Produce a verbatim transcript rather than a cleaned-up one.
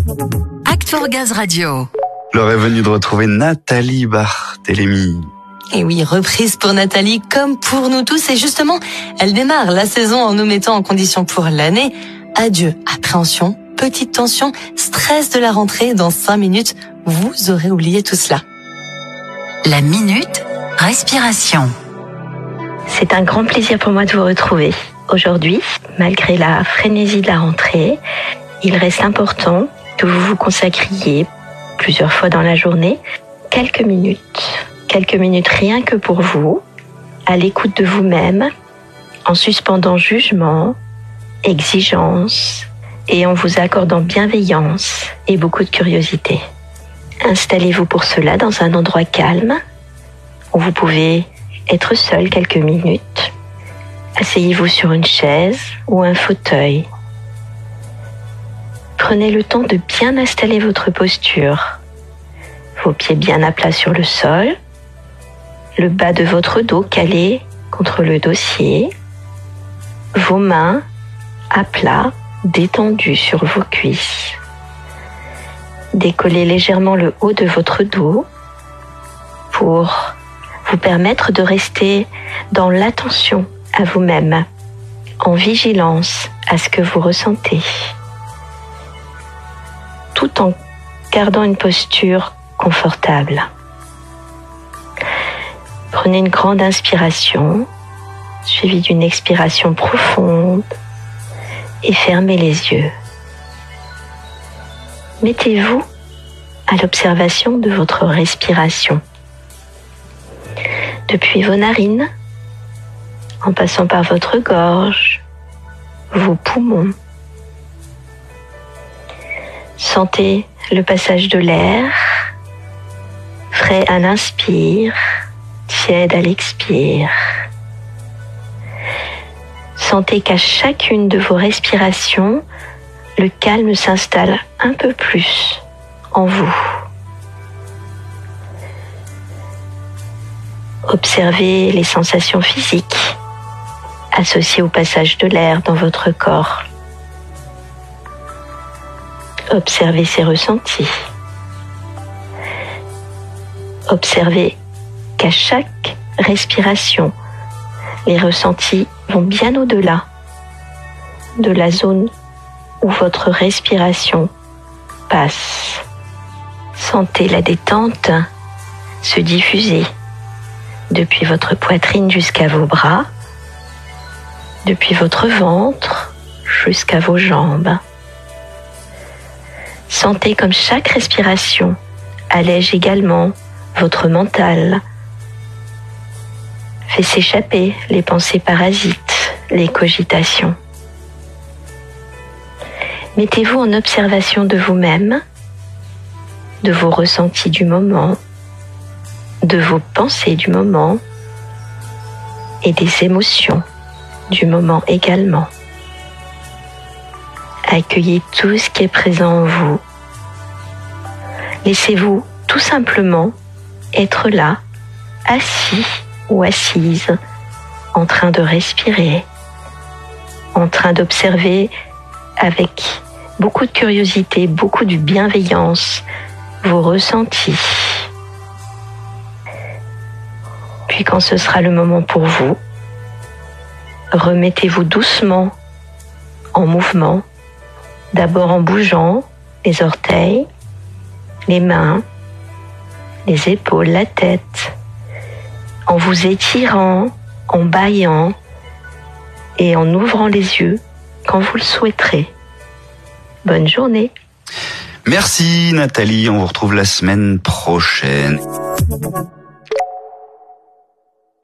Act for Gaz Radio. L'heure est venue de retrouver Nathalie Barthélémy. Et oui, reprise pour Nathalie comme pour nous tous. Et justement, elle démarre la saison en nous mettant en condition pour l'année. Adieu, appréhension, petite tension, stress de la rentrée. Dans cinq minutes, vous aurez oublié tout cela. La minute respiration. C'est un grand plaisir pour moi de vous retrouver. Aujourd'hui, malgré la frénésie de la rentrée, il reste important que vous vous consacriez plusieurs fois dans la journée quelques minutes. Quelques minutes rien que pour vous, à l'écoute de vous-même, en suspendant jugement, exigence et en vous accordant bienveillance et beaucoup de curiosité. Installez-vous pour cela dans un endroit calme où vous pouvez être seul quelques minutes. Asseyez-vous sur une chaise ou un fauteuil. Prenez le temps de bien installer votre posture. Vos pieds bien à plat sur le sol, le bas de votre dos calé contre le dossier, vos mains à plat détendues sur vos cuisses. Décollez légèrement le haut de votre dos pour vous permettre de rester dans l'attention à vous-même, en vigilance à ce que vous ressentez, tout en gardant une posture confortable. Prenez une grande inspiration, suivie d'une expiration profonde, et fermez les yeux. Mettez-vous à l'observation de votre respiration. Depuis vos narines, en passant par votre gorge, vos poumons. Sentez le passage de l'air, frais à l'inspire, tiède à l'expire. Sentez qu'à chacune de vos respirations, le calme s'installe un peu plus en vous. Observez les sensations physiques associées au passage de l'air dans votre corps. Observez ces ressentis. Observez qu'à chaque respiration, les ressentis vont bien au-delà de la zone où votre respiration passe. Sentez la détente se diffuser depuis votre poitrine jusqu'à vos bras, depuis votre ventre jusqu'à vos jambes. Sentez comme chaque respiration allège également votre mental, fait s'échapper les pensées parasites, les cogitations. Mettez-vous en observation de vous-même, de vos ressentis du moment, de vos pensées du moment et des émotions du moment également. Accueillez tout ce qui est présent en vous. Laissez-vous tout simplement être là, assis ou assise, en train de respirer, en train d'observer avec beaucoup de curiosité, beaucoup de bienveillance vos ressentis. Puis quand ce sera le moment pour vous, remettez-vous doucement en mouvement, d'abord en bougeant les orteils, les mains, les épaules, la tête, en vous étirant, en bâillant et en ouvrant les yeux quand vous le souhaiterez. Bonne journée. Merci Nathalie, on vous retrouve la semaine prochaine.